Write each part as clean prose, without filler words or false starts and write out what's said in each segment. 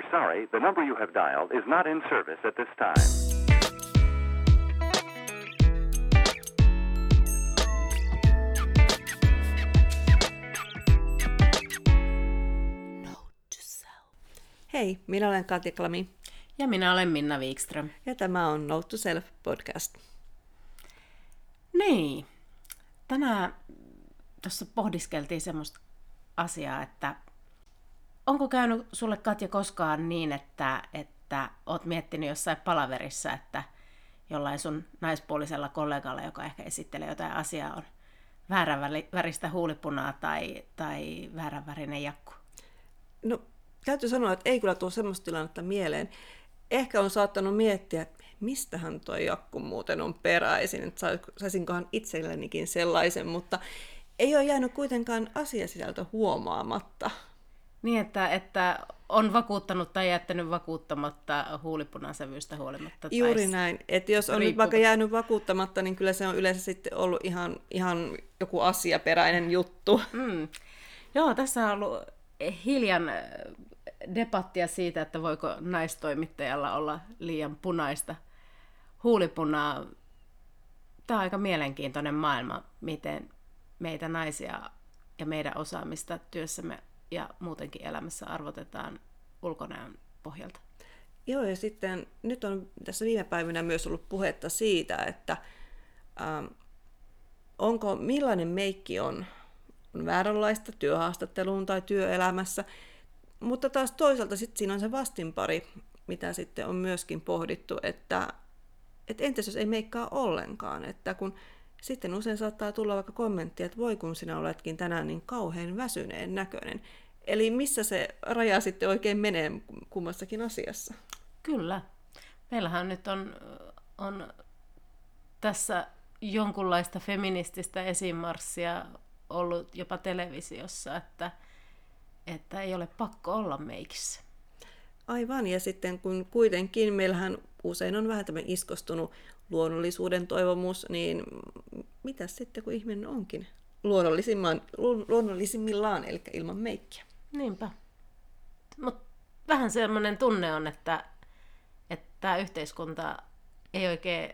sorry, the number you have dialed is not in service at this time. Hei, minä olen Katja Klami. Ja minä olen Minna Wikström. Ja tämä on Note to Self podcast. Niin, tänään tuossa pohdiskeltiin semmoista asiaa, että onko käynyt sulle, Katja, koskaan niin, että oot miettinyt jossain palaverissa, että jollain sun naispuolisella kollegalla, joka ehkä esittelee jotain asiaa, on väärän väristä huulipunaa tai väärän värinen jakku? No, täytyy sanoa, että ei kyllä tule semmoista tilannetta mieleen. Ehkä on saattanut miettiä, että mistähän tuo jakku muuten on peräisin, että saisinkohan itsellenikin sellaisen, mutta ei ole jäänyt kuitenkaan asiasisältö huomaamatta. Niin, että on vakuuttanut tai jättänyt vakuuttamatta huulipunasävyistä huolimatta. Juuri näin. Että jos on nyt vaikka jäänyt vakuuttamatta, niin kyllä se on yleensä sitten ollut ihan joku asiaperäinen juttu. Joo, tässä on ollut hiljan debattia siitä, että voiko naistoimittajalla olla liian punaista huulipunaa. Tämä on aika mielenkiintoinen maailma, miten meitä naisia ja meidän osaamista työssämme ja muutenkin elämässä arvotetaan ulkonäön pohjalta. Joo, ja sitten nyt on tässä viime päivinä myös ollut puhetta siitä, että millainen meikki on vääränlaista työhaastatteluun tai työelämässä, mutta taas toisaalta sitten siinä on se vastinpari, mitä sitten on myöskin pohdittu, että entäs jos ei meikkaa ollenkaan, että kun sitten usein saattaa tulla vaikka kommenttia, että voi kun sinä oletkin tänään niin kauhean väsyneen näköinen. Eli missä se raja sitten oikein menee kummassakin asiassa? Kyllä. Meillähän nyt on tässä jonkunlaista feminististä esimarssia ollut jopa televisiossa, että ei ole pakko olla meikissä. Aivan, ja sitten kun kuitenkin meillähän usein on vähän tämmöinen iskostunut luonnollisuuden toivomus, niin mitäs sitten kun ihminen onkin luonnollisimmillaan, eli ilman meikkiä? Niinpä. Mutta vähän semmoinen tunne on, että tämä yhteiskunta ei oikein,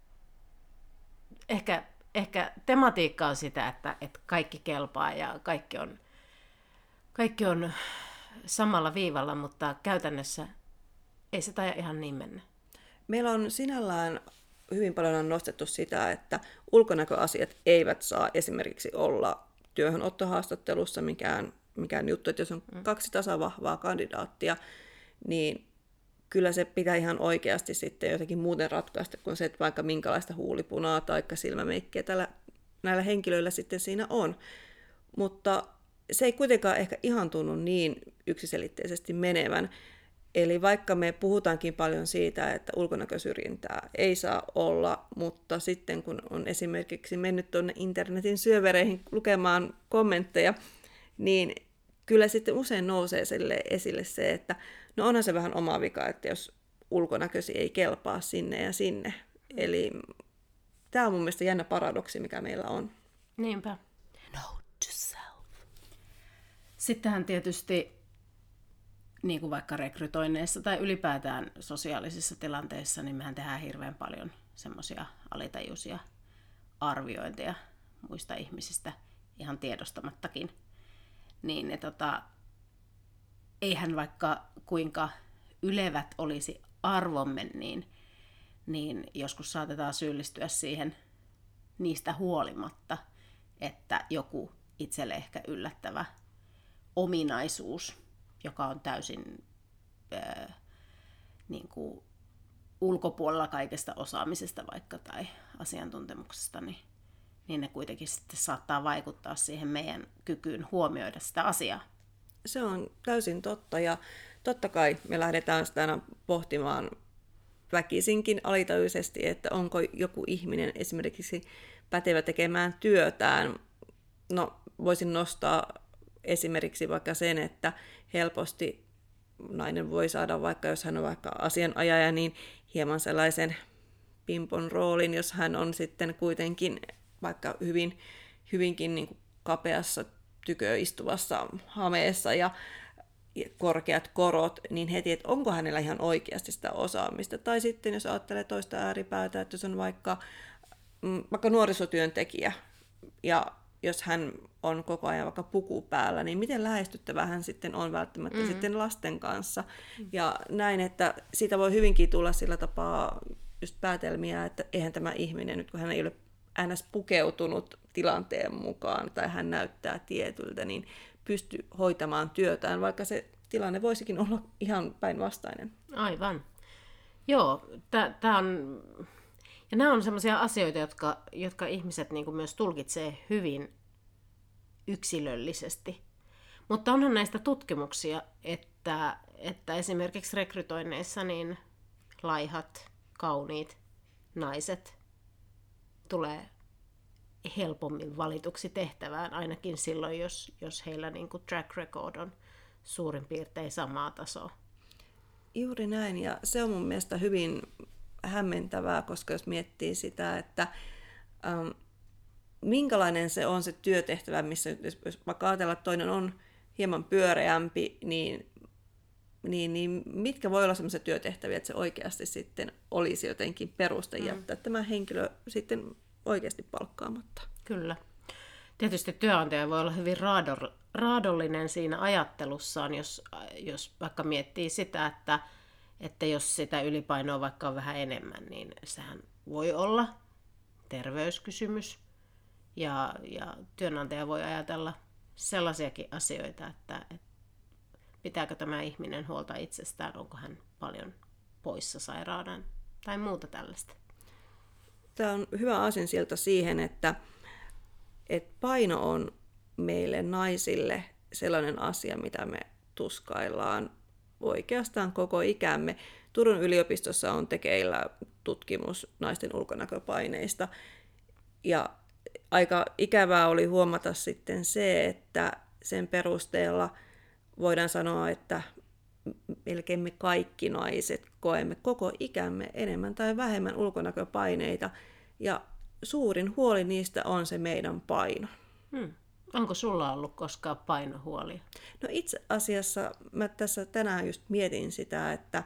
ehkä tematiikka on sitä, että kaikki kelpaa ja kaikki on samalla viivalla, mutta käytännössä ei se taida ihan niin mennä. Meillä on sinällään hyvin paljon nostettu sitä, että ulkonäköasiat eivät saa esimerkiksi olla työhönottohaastattelussa mikään juttu, että jos on kaksi tasavahvaa kandidaattia, niin kyllä se pitää ihan oikeasti sitten jotenkin muuten ratkaista kuin se, että vaikka minkälaista huulipunaa tai silmämeikkiä näillä henkilöillä sitten siinä on. Mutta se ei kuitenkaan ehkä ihan tunnu niin yksiselitteisesti menevän. Eli vaikka me puhutaankin paljon siitä, että ulkonäkösyrjintää ei saa olla, mutta sitten kun on esimerkiksi mennyt tuonne internetin syövereihin lukemaan kommentteja, niin kyllä sitten usein nousee esille se, että no onhan se vähän oma vika, että jos ulkonäkösi ei kelpaa sinne ja sinne. Eli tämä on mun mielestä jännä paradoksi, mikä meillä on. Niinpä. Note to self. Sittenhän tietysti niin kuin vaikka rekrytoinneissa tai ylipäätään sosiaalisissa tilanteissa, niin mehän tehdään hirveän paljon semmoisia alitajuisia arviointeja muista ihmisistä ihan tiedostamattakin. Niin ne eihän vaikka kuinka ylevät olisi arvomme, niin joskus saatetaan syyllistyä siihen niistä huolimatta, että joku itselle ehkä yllättävä ominaisuus, joka on täysin niin kuin ulkopuolella kaikesta osaamisesta vaikka tai asiantuntemuksesta, niin ne kuitenkin sitten saattaa vaikuttaa siihen meidän kykyyn huomioida sitä asiaa. Se on täysin totta, ja totta kai me lähdetään sitä aina pohtimaan väkisinkin alitajuisesti, että onko joku ihminen esimerkiksi pätevä tekemään työtään. No, voisin nostaa esimerkiksi vaikka sen, että helposti nainen voi saada, vaikka jos hän on vaikka asianajaja, niin hieman sellaisen pimpon roolin, jos hän on sitten kuitenkin vaikka hyvinkin niin kuin kapeassa tyköistuvassa hameessa korkeat korot, niin heti, että onko hänellä ihan oikeasti sitä osaamista. Tai sitten jos ajattelee toista ääripäätä, että jos on vaikka nuorisotyöntekijä, ja jos hän on koko ajan vaikka puku päällä, niin miten lähestyttävä hän sitten on välttämättä sitten lasten kanssa. Ja näin, että siitä voi hyvinkin tulla sillä tapaa just päätelmiä, että eihän tämä ihminen, nyt kun hän ei ole ns. Pukeutunut tilanteen mukaan, tai hän näyttää tietyltä, niin pysty hoitamaan työtään, vaikka se tilanne voisikin olla ihan päinvastainen. Aivan. Joo, tämä on... Ja nämä on sellaisia asioita, jotka ihmiset niin kuin myös tulkitsee hyvin yksilöllisesti. Mutta onhan näistä tutkimuksia, että esimerkiksi rekrytoinneissa niin laihat, kauniit naiset tulee helpommin valituksi tehtävään, ainakin silloin, jos heillä niin kuin track record on suurin piirtein samaa tasoa. Juuri näin, ja se on mun mielestä hyvin hämmentävää, koska jos miettii sitä, että minkälainen se on se työtehtävä, missä jos vaikka ajatellaan, että toinen on hieman pyöreämpi, niin mitkä voi olla sellaisia työtehtäviä, että se oikeasti sitten olisi jotenkin peruste jättää tämä henkilö sitten oikeasti palkkaamatta. Kyllä. Tietysti työnantaja voi olla hyvin raadollinen siinä ajattelussaan, jos vaikka miettii sitä, että jos sitä ylipainoa vaikka on vähän enemmän, niin sehän voi olla terveyskysymys. Ja työnantaja voi ajatella sellaisiakin asioita, että pitääkö tämä ihminen huolta itsestään, onko hän paljon poissa sairauden tai muuta tällaista. Tämä on hyvä aasinsilta siihen, että paino on meille naisille sellainen asia, mitä me tuskaillaan oikeastaan koko ikämme. Turun yliopistossa on tekeillä tutkimus naisten ulkonäköpaineista, ja aika ikävää oli huomata sitten se, että sen perusteella voidaan sanoa, että melkein me kaikki naiset koemme koko ikämme enemmän tai vähemmän ulkonäköpaineita, ja suurin huoli niistä on se meidän paino. Onko sulla ollut koskaan painohuolia? No itse asiassa mä tässä tänään just mietin sitä, että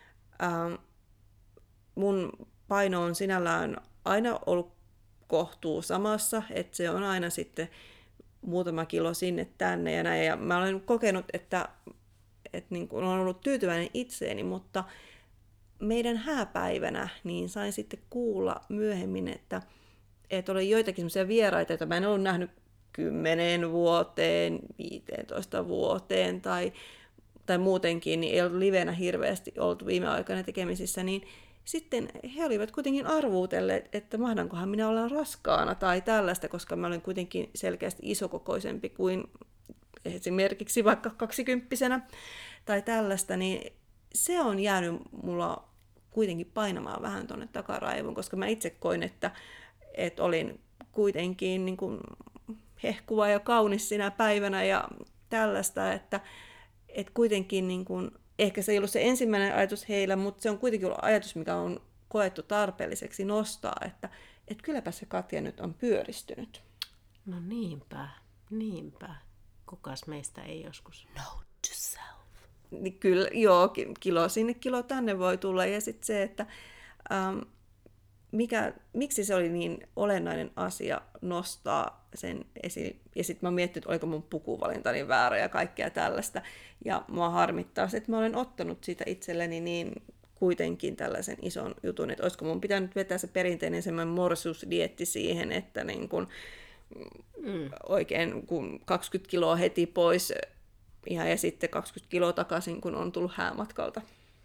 mun paino on sinällään aina ollut kohtuu samassa, että se on aina sitten muutama kilo sinne tänne ja näin. Ja mä olen kokenut, että niin kuin olen ollut tyytyväinen itseeni, mutta meidän hääpäivänä niin sain sitten kuulla myöhemmin, että oli joitakin sellaisia vieraita, joita mä en ollut nähnyt 10 vuoteen, 15 vuoteen tai muutenkin, niin ei ollut livenä hirveästi oltu viime aikoina tekemisissä, niin sitten he olivat kuitenkin arvuutelleet, että mahdankohan minä olla raskaana tai tällaista, koska mä olen kuitenkin selkeästi isokokoisempi kuin esimerkiksi vaikka 20-vuotiaana tai tällaista, niin se on jäänyt mulla kuitenkin painamaan vähän tuonne takaraivoon, koska mä itse koin, että olin kuitenkin niin kuin hehkuva ja kaunis sinä päivänä ja tällaista, että kuitenkin niin kuin, ehkä se ei ollut se ensimmäinen ajatus heillä, mutta se on kuitenkin ollut ajatus, mikä on koettu tarpeelliseksi nostaa, että kylläpä se Katja nyt on pyöristynyt. No niinpä. Kukas meistä ei joskus? Note to self. Niin kyllä, joo, kilo sinne, kilo tänne voi tulla. Ja sitten se, että miksi se oli niin olennainen asia nostaa sen esiin. Ja sitten mä mietin, että oliko mun pukuvalintani väärä ja kaikkea tällaista. Ja mua harmittaa se, että mä olen ottanut siitä itselleni niin kuitenkin tällaisen ison jutun, että olisiko mun pitänyt vetää se perinteinen semmoinen morsuusdieetti siihen, että niin kun oikein kun 20 kiloa heti pois ja sitten 20 kiloa takaisin, kun on tullut häämatkalta.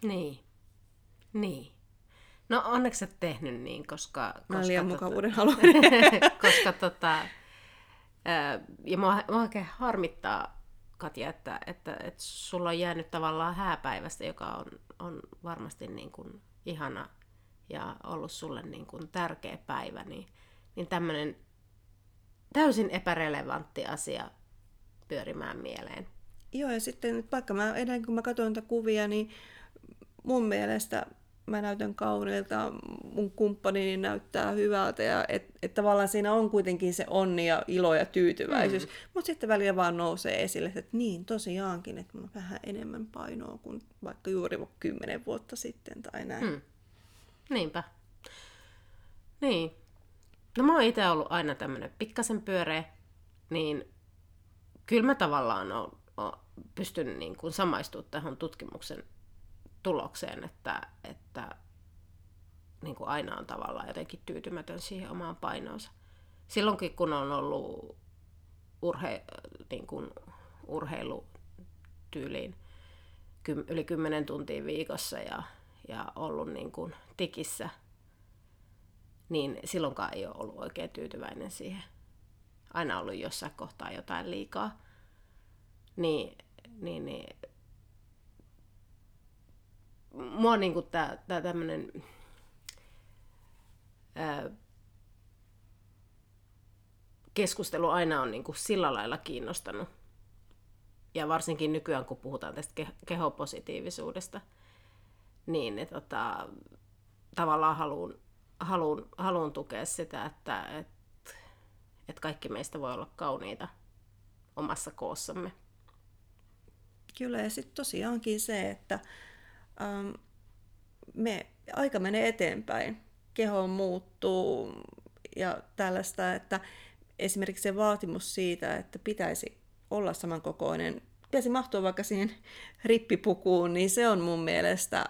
Niin. No onneksi et tehnyt niin, koska liian mukavuuden haluan. koska ja mua oikein harmittaa, Katja, että sulla on jäänyt tavallaan hääpäivästä, joka on varmasti niin kuin ihana ja ollut sulle niin kuin tärkeä päivä, niin tämmöinen täysin epärelevantti asia pyörimään mieleen. Joo, ja sitten vaikka edelleen kun mä katsoin tätä kuvia, niin mun mielestä mä näytän kauniilta, mun kumppani näyttää hyvältä ja et tavallaan siinä on kuitenkin se onni ja ilo ja tyytyväisyys. Mutta sitten välillä vaan nousee esille, että niin tosiaankin, että mulla on vähän enemmän painoa kuin vaikka juuri 10 vuotta sitten tai näin. Niinpä. Niin. No mä oon itse ollut aina tämmönen pikkasen pyöreä, niin kyllä mä tavallaan pystyn niin kuin samaistumaan tähän tutkimuksen tulokseen, että niin kuin aina on tavallaan jotenkin tyytymätön siihen omaan painoonsa. Silloinkin kun on ollut niin kuin urheilutyyliin yli 10 tuntia viikossa ja ollut niin kuin tikissä, niin silloinkaan ei ole ollut oikein tyytyväinen siihen. Aina ollut jossain kohtaa jotain liikaa. Niin mua niinku tää tämmönen keskustelu aina on niinku sillä lailla kiinnostanut. Ja varsinkin nykyään, kun puhutaan tästä kehopositiivisuudesta, niin tavallaan haluan tukea sitä, että kaikki meistä voi olla kauniita omassa koossamme. Kyllä, ja sitten tosiaankin se, että aika menee eteenpäin, keho muuttuu ja tällaista, että esimerkiksi se vaatimus siitä, että pitäisi olla samankokoinen, pitäisi mahtua vaikka siihen rippipukuun, niin se on mun mielestä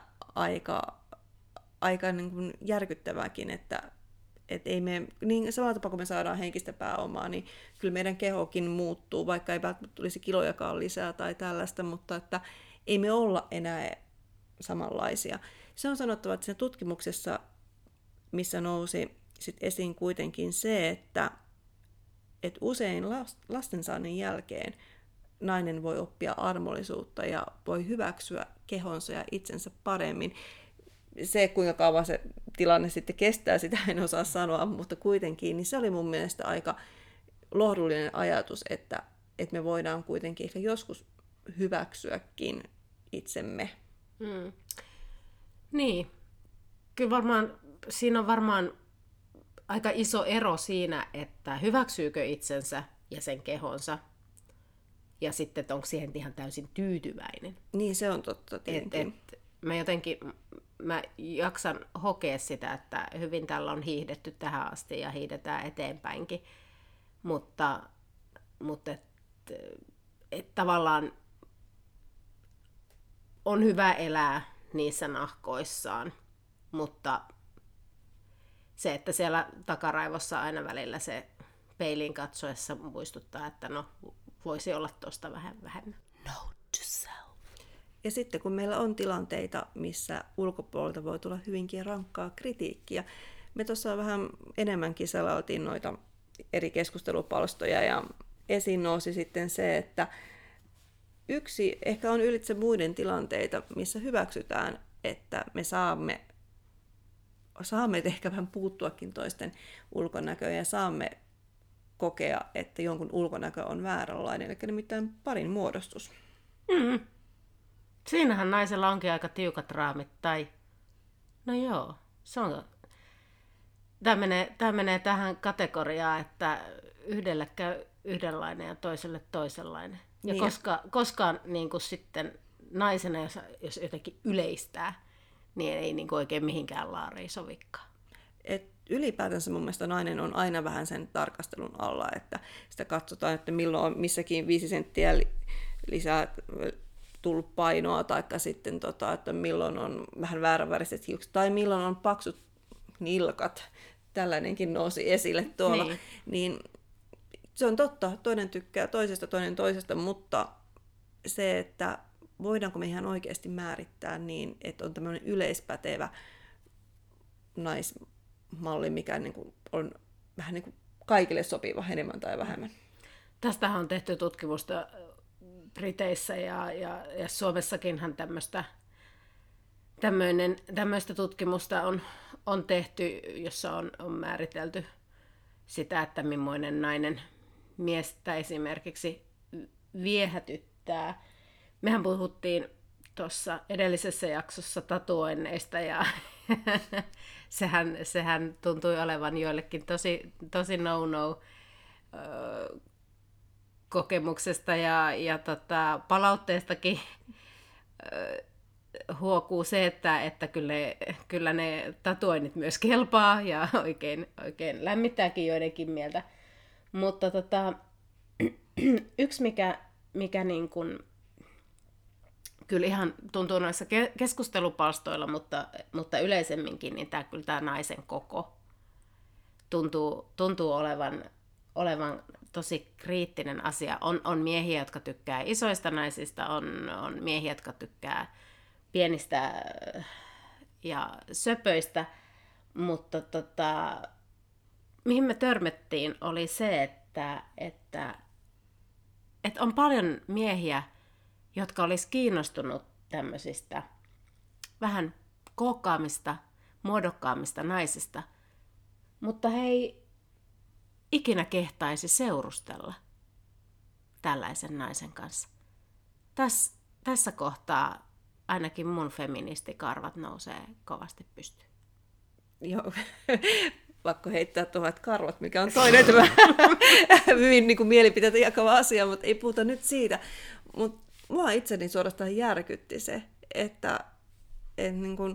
aika niin kuin järkyttävääkin, että ei me, niin samalla tapaa kun me saadaan henkistä pääomaa, niin kyllä meidän kehokin muuttuu, vaikka ei välttämättä tulisi kilojakaan lisää tai tällaista, mutta että ei me olla enää samanlaisia. Se on sanottava, että siinä tutkimuksessa, missä nousi sit esiin kuitenkin se, että usein lastensaannin jälkeen nainen voi oppia armollisuutta ja voi hyväksyä kehonsa ja itsensä paremmin. Se, kuinka kauan se tilanne sitten kestää, sitä en osaa sanoa, mutta kuitenkin, niin se oli mun mielestä aika lohdullinen ajatus, että me voidaan kuitenkin ehkä joskus hyväksyäkin itsemme. Niin. Kyllä siinä on varmaan aika iso ero siinä, että hyväksyykö itsensä ja sen kehonsa, ja sitten, että onko siihen ihan täysin tyytyväinen. Niin, se on totta tietenkin. Mä jaksan hokea sitä, että hyvin tällä on hiihdetty tähän asti ja hiihdetään eteenpäinkin, mutta tavallaan on hyvä elää niissä nahkoissaan, mutta se, että siellä takaraivossa aina välillä se peiliin katsoessa muistuttaa, että no voisi olla tuosta vähän vähemmän. Note to self. Ja sitten kun meillä on tilanteita, missä ulkopuolelta voi tulla hyvinkin rankkaa kritiikkiä, me tuossa vähän enemmänkin selailtiin noita eri keskustelupalstoja ja esiin nousi sitten se, että yksi ehkä on ylitse muiden tilanteita, missä hyväksytään, että me saamme ehkä vähän puuttuakin toisten ulkonäköön ja saamme kokea, että jonkun ulkonäkö on vääränlainen, eli nimittäin parin muodostus. Siinähän naisella onkin aika tiukat raamit, tai no joo, se on. Tämä menee tähän kategoriaan, että yhdelle käy yhdenlainen ja toiselle toisenlainen. Ja niin. Koskaan niin kuin sitten naisena, jos jotenkin yleistää, niin ei niin kuin oikein mihinkään laariin sovikaan. Ylipäätänsä mun mielestä nainen on aina vähän sen tarkastelun alla, että sitä katsotaan, että milloin on missäkin 5 senttiä lisää tullut painoa, tai sitten, että milloin on vähän vääränväriset hiukset, tai milloin on paksut nilkat. Tällainenkin nousi esille tuolla. Niin se on totta, toinen tykkää toisesta, toinen toisesta, mutta se, että voidaanko me ihan oikeasti määrittää niin, että on tämmöinen yleispätevä naismalli, mikä niin kuin on vähän niin kuin kaikille sopiva enemmän tai vähemmän. Tästähän on tehty tutkimusta Briteissä ja Suomessakinhan tämmöistä tutkimusta on tehty, jossa on määritelty sitä, että millainen nainen miestä esimerkiksi viehätyttää. Mehän puhuttiin tuossa edellisessä jaksossa tatuoinneista ja sehän tuntui olevan joillekin tosi no-no kokemuksesta ja palautteestakin huokuu se, että kyllä ne tatuoinnit myös kelpaa ja oikein lämmittääkin joidenkin mieltä. Mutta yksi mikä niin kuin kyllä ihan tuntuu noissa keskustelupalstoilla, mutta yleisemminkin, niin tämä naisen koko tuntuu olevan tosi kriittinen asia. On miehiä, jotka tykkää isoista naisista, on miehiä, jotka tykkää pienistä ja söpöistä, mutta mihin me törmättiin oli se, että on paljon miehiä, jotka olisi kiinnostunut tämmöisistä vähän kookkaamista, muodokkaammista naisista, mutta he ei ikinä kehtaisi seurustella tällaisen naisen kanssa. Tässä kohtaa ainakin mun feministikarvat nousee kovasti pystyyn. Joo, pakko heittää tuohon karvat, mikä on toinen hyvin niin kuin mielipiteitä jakava asia, mutta ei puhuta nyt siitä. Mutta mua itseni suorastaan järkytti se, että niin kuin,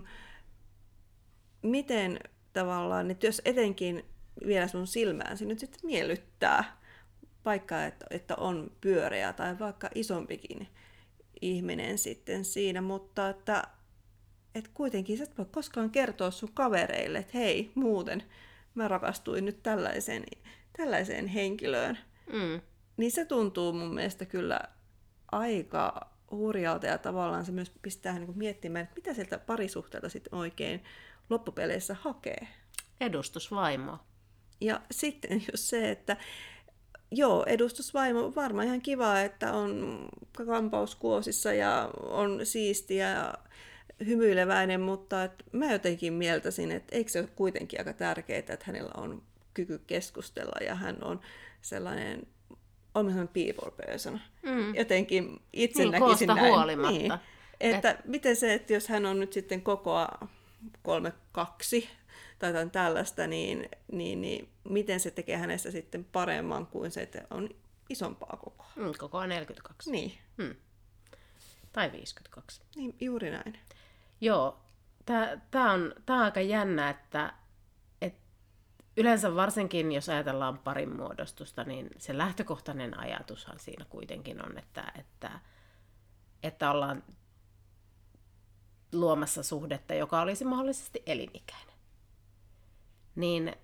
miten tavallaan, että jos etenkin vielä sun silmäänsi nyt sitten miellyttää, vaikka että on pyöreä tai vaikka isompikin ihminen sitten siinä, mutta että kuitenkin sä et voi koskaan kertoa sun kavereille, että hei, muuten mä rakastuin nyt tällaiseen henkilöön. Niin se tuntuu mun mielestä kyllä aika hurjalta ja tavallaan se myös pistää niin kuin miettimään, että mitä sieltä parisuhteelta sitten oikein loppupeleissä hakee. Edustusvaimo. Ja sitten just se, että joo, edustusvaimo on varmaan ihan kiva, että on kampauskuosissa ja on siistiä ja hymyileväinen, mutta mä jotenkin mieltäisin, että eikö se ole kuitenkin aika tärkeää, että hänellä on kyky keskustella ja hän on sellainen people person. Jotenkin itse niin, näkisin näin. Huolimatta. Niin, että miten se, että jos hän on nyt sitten kokoa 3-2 tai jotain tällaista, niin miten se tekee hänestä sitten paremman kuin se, että on isompaa kokoa. Kokoa 42. Niin. Tai 52. Niin, juuri näin. Joo, tämä on aika jännä, että yleensä varsinkin, jos ajatellaan parin muodostusta, niin se lähtökohtainen ajatushan siinä kuitenkin on, että ollaan luomassa suhdetta, joka olisi mahdollisesti elinikäinen. Niin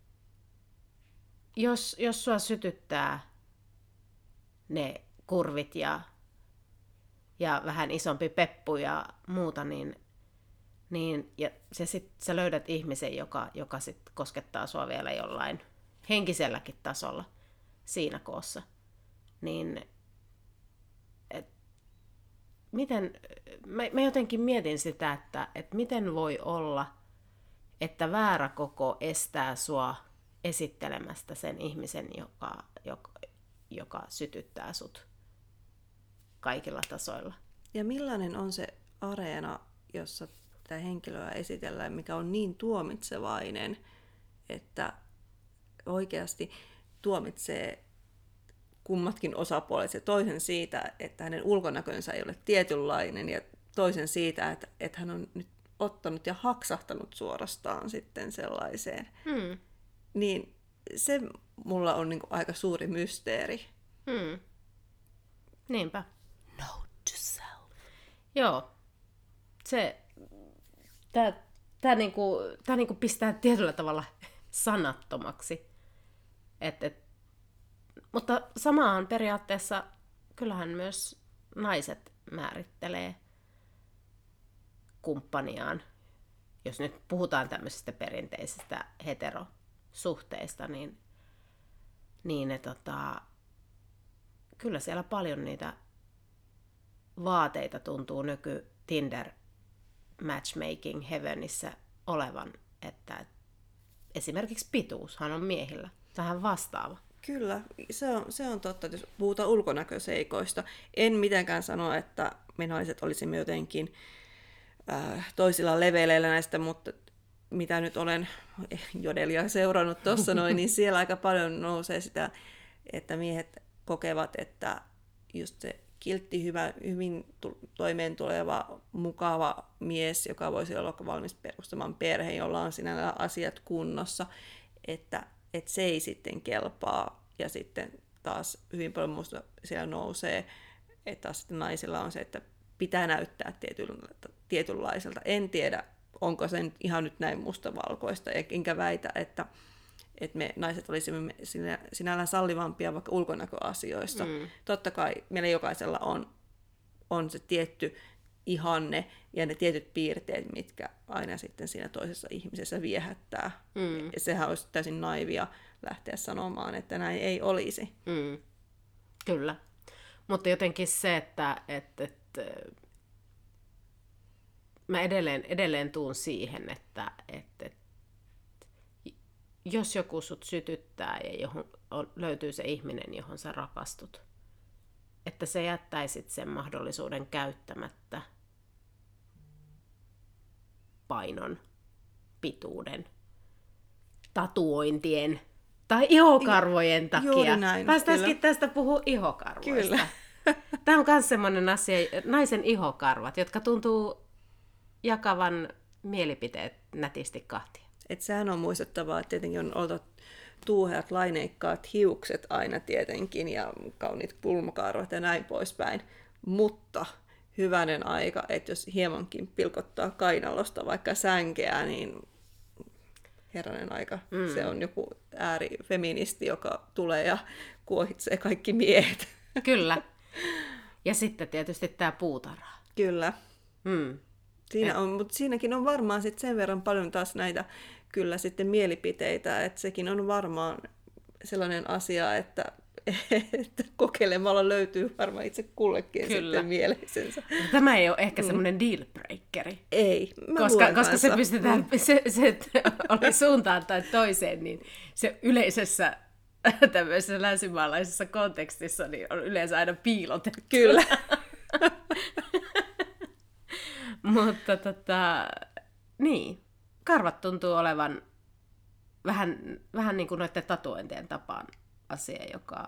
jos sua sytyttää ne kurvit ja vähän isompi peppu ja muuta, niin ja sä löydät ihmisen, joka sit koskettaa sua vielä jollain henkiselläkin tasolla siinä koossa, niin mä jotenkin mietin sitä, että miten voi olla, että väärä koko estää sua esittelemästä sen ihmisen, joka sytyttää sut kaikilla tasoilla. Ja millainen on se areena, jossa tätä henkilöä esitellään, mikä on niin tuomitsevainen, että oikeasti tuomitsee kummatkin osapuolet ja toisen siitä, että hänen ulkonäkönsä ei ole tietynlainen ja toisen siitä, että hän on nyt ottanut ja haksahtanut suorastaan sitten sellaiseen. Niin se mulla on niinku aika suuri mysteeri. Niinpä. Note to self. Joo. Tää niinku pistää tietyllä tavalla sanattomaksi. Mutta samahan periaatteessa kyllähän myös naiset määrittelee kumppaniaan. Jos nyt puhutaan tämmöisistä perinteisistä heterosuhteista, niin ne kyllä siellä paljon niitä vaateita tuntuu nyky Tinder matchmaking heavenissä olevan, että esimerkiksi pituushan on miehillä vähän vastaava. Kyllä, se on totta, jos puhutaan ulkonäköseikoista. En mitenkään sano, että me naiset olisimme jotenkin toisilla leveleillä näistä, mutta mitä nyt olen Jodelia seurannut tuossa noin, niin siellä aika paljon nousee sitä, että miehet kokevat, että just se kiltti, hyvin toimeen tuleva, mukava mies, joka voisi olla valmis perustamaan perheen, jolla on sinällä asiat kunnossa, että se ei sitten kelpaa. Ja sitten taas hyvin paljon minusta siellä nousee, että taas sitten naisilla on se, että pitää näyttää tietynlaiselta. En tiedä, onko se ihan nyt näin mustavalkoista, enkä väitä, että me naiset olisimme sinällään sallivampia vaikka ulkonäköasioissa. Totta kai meillä jokaisella on se tietty ihanne ja ne tietyt piirteet, mitkä aina sitten siinä toisessa ihmisessä viehättää. Ja sehän olisi täysin naivia lähteä sanomaan, että näin ei olisi. Kyllä. Mutta jotenkin se, että mä edelleen tuun siihen, että jos joku sut sytyttää ja johon löytyy se ihminen, johon sä rakastut, että sä jättäisit sen mahdollisuuden käyttämättä painon, pituuden, tatuointien tai ihokarvojen takia. Päästäisikin tästä puhua ihokarvoista. Kyllä. Tämä on myös sellainen asia, naisen ihokarvat, jotka tuntuu jakavan mielipiteet nätisti kahtia. Et sehän on muistettavaa, että tietenkin on oltu tuuheat, laineikkaat hiukset aina tietenkin ja kauniit pulmakarvat ja näin poispäin. Mutta hyvänen aika, että jos hiemankin pilkottaa kainalosta vaikka sänkeä, niin herranen aika, se on joku äärifeministi, joka tulee ja kuohitsee kaikki miehet. Kyllä. Ja sitten tietysti tämä puutarha. Kyllä. Mutta siinäkin on varmaan sit sen verran paljon taas näitä kyllä sitten mielipiteitä, että sekin on varmaan sellainen asia, että kokeilemalla löytyy varmaan itse kullekin sitten mieleisensä. Tämä ei ole ehkä semmoinen dealbreakeri. Ei. Koska se pystytään, se oli suuntaan tai toiseen, niin se yleisessä tämmöisessä länsimaalaisessa kontekstissa niin on yleensä aina piilotettu. Kyllä. Mutta niin, karvat tuntuu olevan vähän niin kuin noiden tatuointien tapaan asia,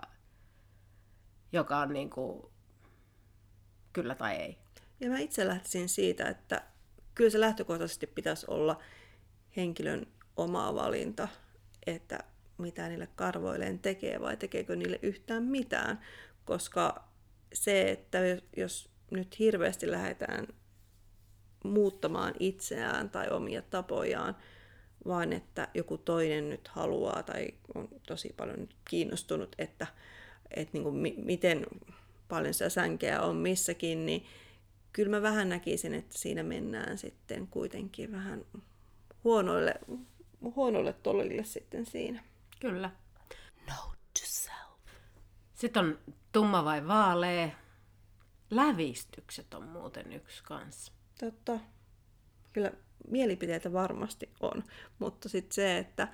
joka on niin kuin kyllä tai ei. Ja mä itse lähtisin siitä, että kyllä se lähtökohtaisesti pitäisi olla henkilön oma valinta, että mitä niille karvoilleen tekee vai tekeekö niille yhtään mitään, koska se, että jos nyt hirveästi lähdetään muuttamaan itseään tai omia tapojaan, vaan että joku toinen nyt haluaa tai on tosi paljon nyt kiinnostunut, että niin kuin miten paljon sitä sänkeä on missäkin, niin kyllä mä vähän näkisin, että siinä mennään sitten kuitenkin vähän huonoille tolille sitten siinä. Kyllä. Note to self. Sitten on tumma vai vaalea. Lävistykset on muuten yksi kanssa. Totta. Kyllä mielipiteitä varmasti on, mutta sitten se, että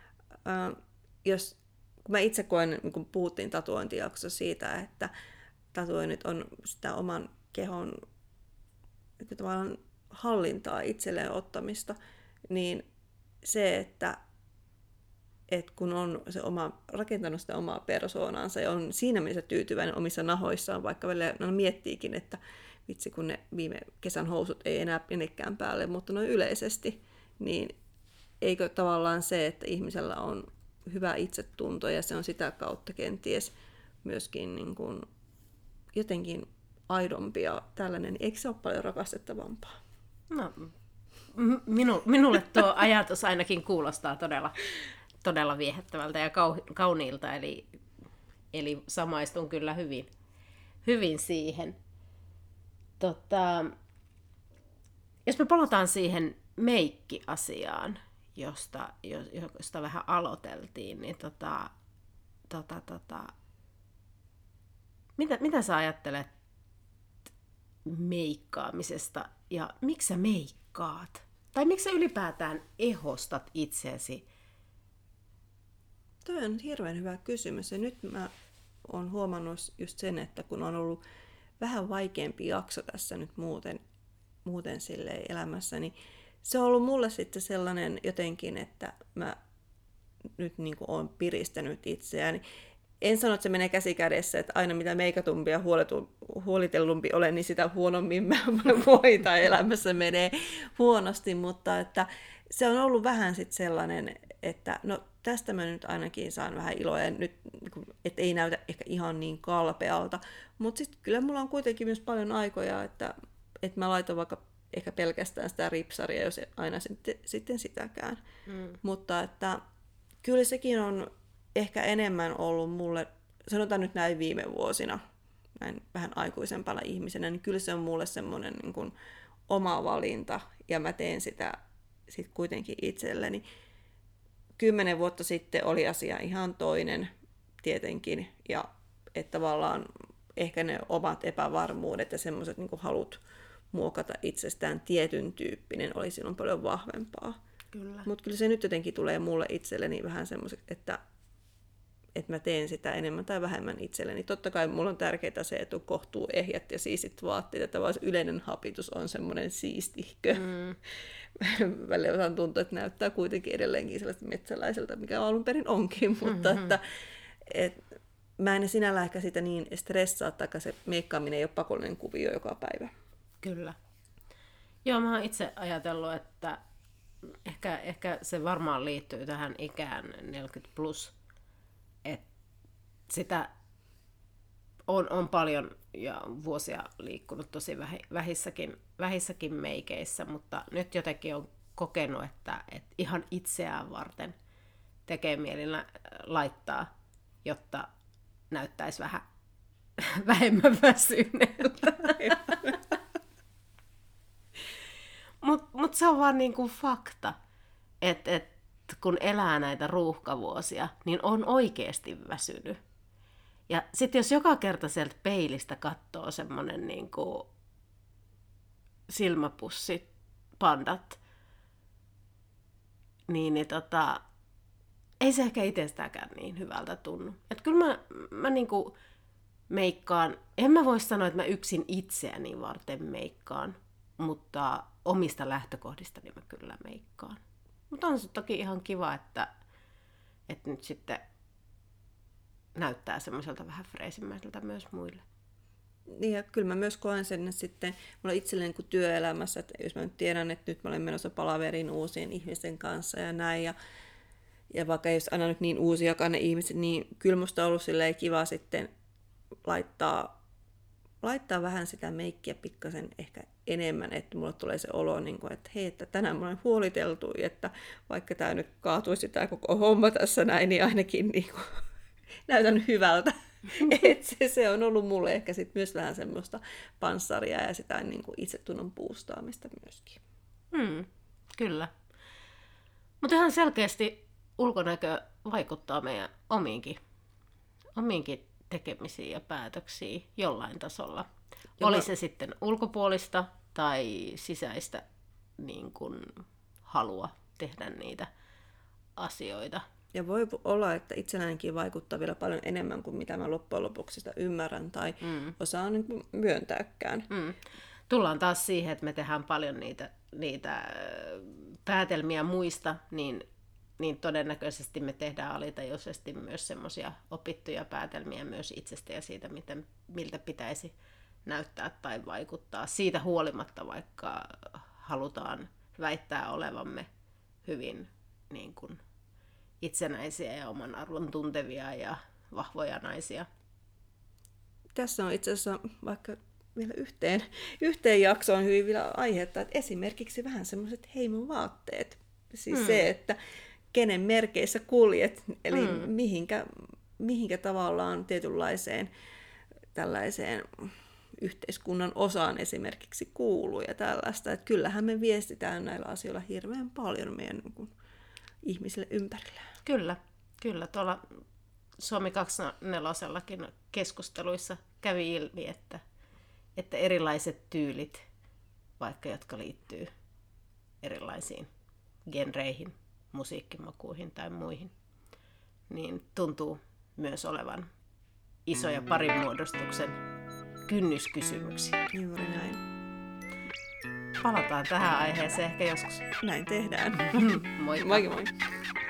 kun mä itse koen, kun puhuttiin tatuointijaksossa siitä, että tatuoinnit on sitä oman kehon tavallaan hallintaa itselleen ottamista, niin se, että kun on se rakentanut sitä omaa persoonansa ja on siinä mielessä tyytyväinen omissa nahoissaan, vaikka välillä miettiikin, että vitsi kun ne viime kesän housut ei enää menekään päälle, mutta noin yleisesti, niin eikö tavallaan se, että ihmisellä on hyvä itsetunto ja se on sitä kautta kenties myöskin niin kuin jotenkin aidompi ja tällainen, eikö se ole paljon rakastettavampaa? No, minulle tuo ajatus ainakin kuulostaa todella viehättävältä ja kauniilta, eli samaistun kyllä hyvin siihen. Jos me palataan siihen meikki-asiaan, josta vähän aloiteltiin, niin mitä sä ajattelet meikkaamisesta ja miksi sä meikkaat? Tai miksi sä ylipäätään ehostat itseäsi? Toi on hirveän hyvä kysymys ja nyt mä oon huomannut just sen, että kun on ollut vähän vaikeampi jakso tässä nyt muuten silleen elämässä, niin se on ollut mulle sitten sellainen jotenkin, että mä nyt niin kuin olen piristänyt itseäni. En sano, että se menee käsi kädessä, että aina mitä meikatumpi ja huolitellumpi olen, niin sitä huonommin mä voin tai elämässä menee huonosti, mutta että se on ollut vähän sitten sellainen, että no tästä mä nyt ainakin saan vähän iloa, ja nyt, että ei näytä ehkä ihan niin kalpealta, mutta sitten kyllä mulla on kuitenkin myös paljon aikoja, että mä laitan vaikka ehkä pelkästään sitä ripsaria, jos aina sitten sitäkään. Mutta että kyllä sekin on ehkä enemmän ollut mulle, sanotaan nyt näin viime vuosina, näin vähän aikuisempana ihmisenä, niin kyllä se on mulle semmoinen niin kuin oma valinta, ja mä teen sitä sit kuitenkin itselleni. 10 vuotta sitten oli asia ihan toinen tietenkin, ja että tavallaan ehkä ne omat epävarmuudet ja semmoiset niin kuin halut muokata itsestään tietyn tyyppinen oli silloin paljon vahvempaa. Mutta kyllä se nyt jotenkin tulee mulle itselleni vähän semmoiseksi, että mä teen sitä enemmän tai vähemmän itselleni. Totta kai mulla on tärkeää se, että kohtuu ehjät ja siistit vaatteet, että vaan yleinen hapitus on semmoinen siistihkö. Välillä osaan tuntua, että näyttää kuitenkin edelleenkin sellaista metsäläiseltä, mikä alun perin onkin, mutta että mä en sinällään ehkä sitä niin stressaa, taikka se meikkaaminen ei ole pakollinen kuvio joka päivä. Kyllä. Joo, mä oon itse ajatellut, että ehkä se varmaan liittyy tähän ikään 40+, että sitä on paljon ja vuosia liikkunut tosi vähissäkin meikeissä, mutta nyt jotenkin on kokenut, että ihan itseään varten tekee mielellä laittaa, jotta näyttäisi vähän vähemmän väsyneeltä. Mutta se on vaan niinku fakta, että kun elää näitä ruuhkavuosia, niin on oikeasti väsynyt. Ja sitten jos joka kerta sieltä peilistä katsoo semmoinen niinku silmäpussipandat, niin ei se ehkä itsestäänkään niin hyvältä tunnu. Et kyllä mä niinku meikkaan, en mä voi sanoa, että mä yksin itseäni varten meikkaan, mutta omista lähtökohdistani mä kyllä meikkaan. Mutta on se toki ihan kiva, että nyt sitten näyttää semmoiselta vähän freesimmältä myös muille. Niin ja kyllä mä myös koen sen, että sitten mulla itselleni niin työelämässä, että jos mä nyt tiedän, että nyt mä olen menossa palaveriin uusien ihmisten kanssa ja näin, ja vaikka ei olisi aina nyt niin uusiakaan ne ihmiset, niin kyllä musta on ollut silleen kiva sitten laittaa vähän sitä meikkiä pikkasen ehkä enemmän, että mulle tulee se olo, että hei, että tänään mä olen huoliteltu, että vaikka tämä nyt kaatuisi tämä koko homma tässä näin, niin ainakin niin kuin, näytän hyvältä. Että se on ollut mulle ehkä sit myös vähän semmoista panssaria ja sitä niin kuin itsetunnon puustaamista myöskin. Kyllä. Mutta ihan selkeästi ulkonäkö vaikuttaa meidän omiinkin tekemisiin ja päätöksiin jollain tasolla. Oli se sitten ulkopuolista tai sisäistä niin kuin halua tehdä niitä asioita. Ja voi olla, että itsellänikin vaikuttaa vielä paljon enemmän kuin mitä mä loppujen lopuksi sitä ymmärrän tai osaan niin kuin myöntääkään. Tullaan taas siihen, että me tehdään paljon niitä päätelmiä muista, niin todennäköisesti me tehdään alitajuisesti myös semmoisia opittuja päätelmiä myös itsestä ja siitä, miltä pitäisi näyttää tai vaikuttaa. Siitä huolimatta, vaikka halutaan väittää olevamme hyvin niin kuin itsenäisiä ja oman arvon tuntevia ja vahvoja naisia. Tässä on itse asiassa vaikka vielä yhteen jaksoon hyvin vielä aihetta, että esimerkiksi vähän semmoiset heimon vaatteet. Siis se, että kenen merkeissä kuljet, eli mihinkä tavallaan tietynlaiseen tällaiseen yhteiskunnan osaan esimerkiksi kuuluu ja tällaista. Että kyllähän me viestitään näillä asioilla hirveän paljon meidän ihmisille ympärillä. Kyllä. Tuolla Suomi 24:llakin keskusteluissa kävi ilmi, että erilaiset tyylit, vaikka jotka liittyy erilaisiin genreihin, musiikkimakuihin tai muihin, niin tuntuu myös olevan isoja parinmuodostuksen kynnyskysymyksiä. Juuri näin. Palataan tähän aiheeseen ehkä joskus. Näin tehdään. Moikka! Moi moi!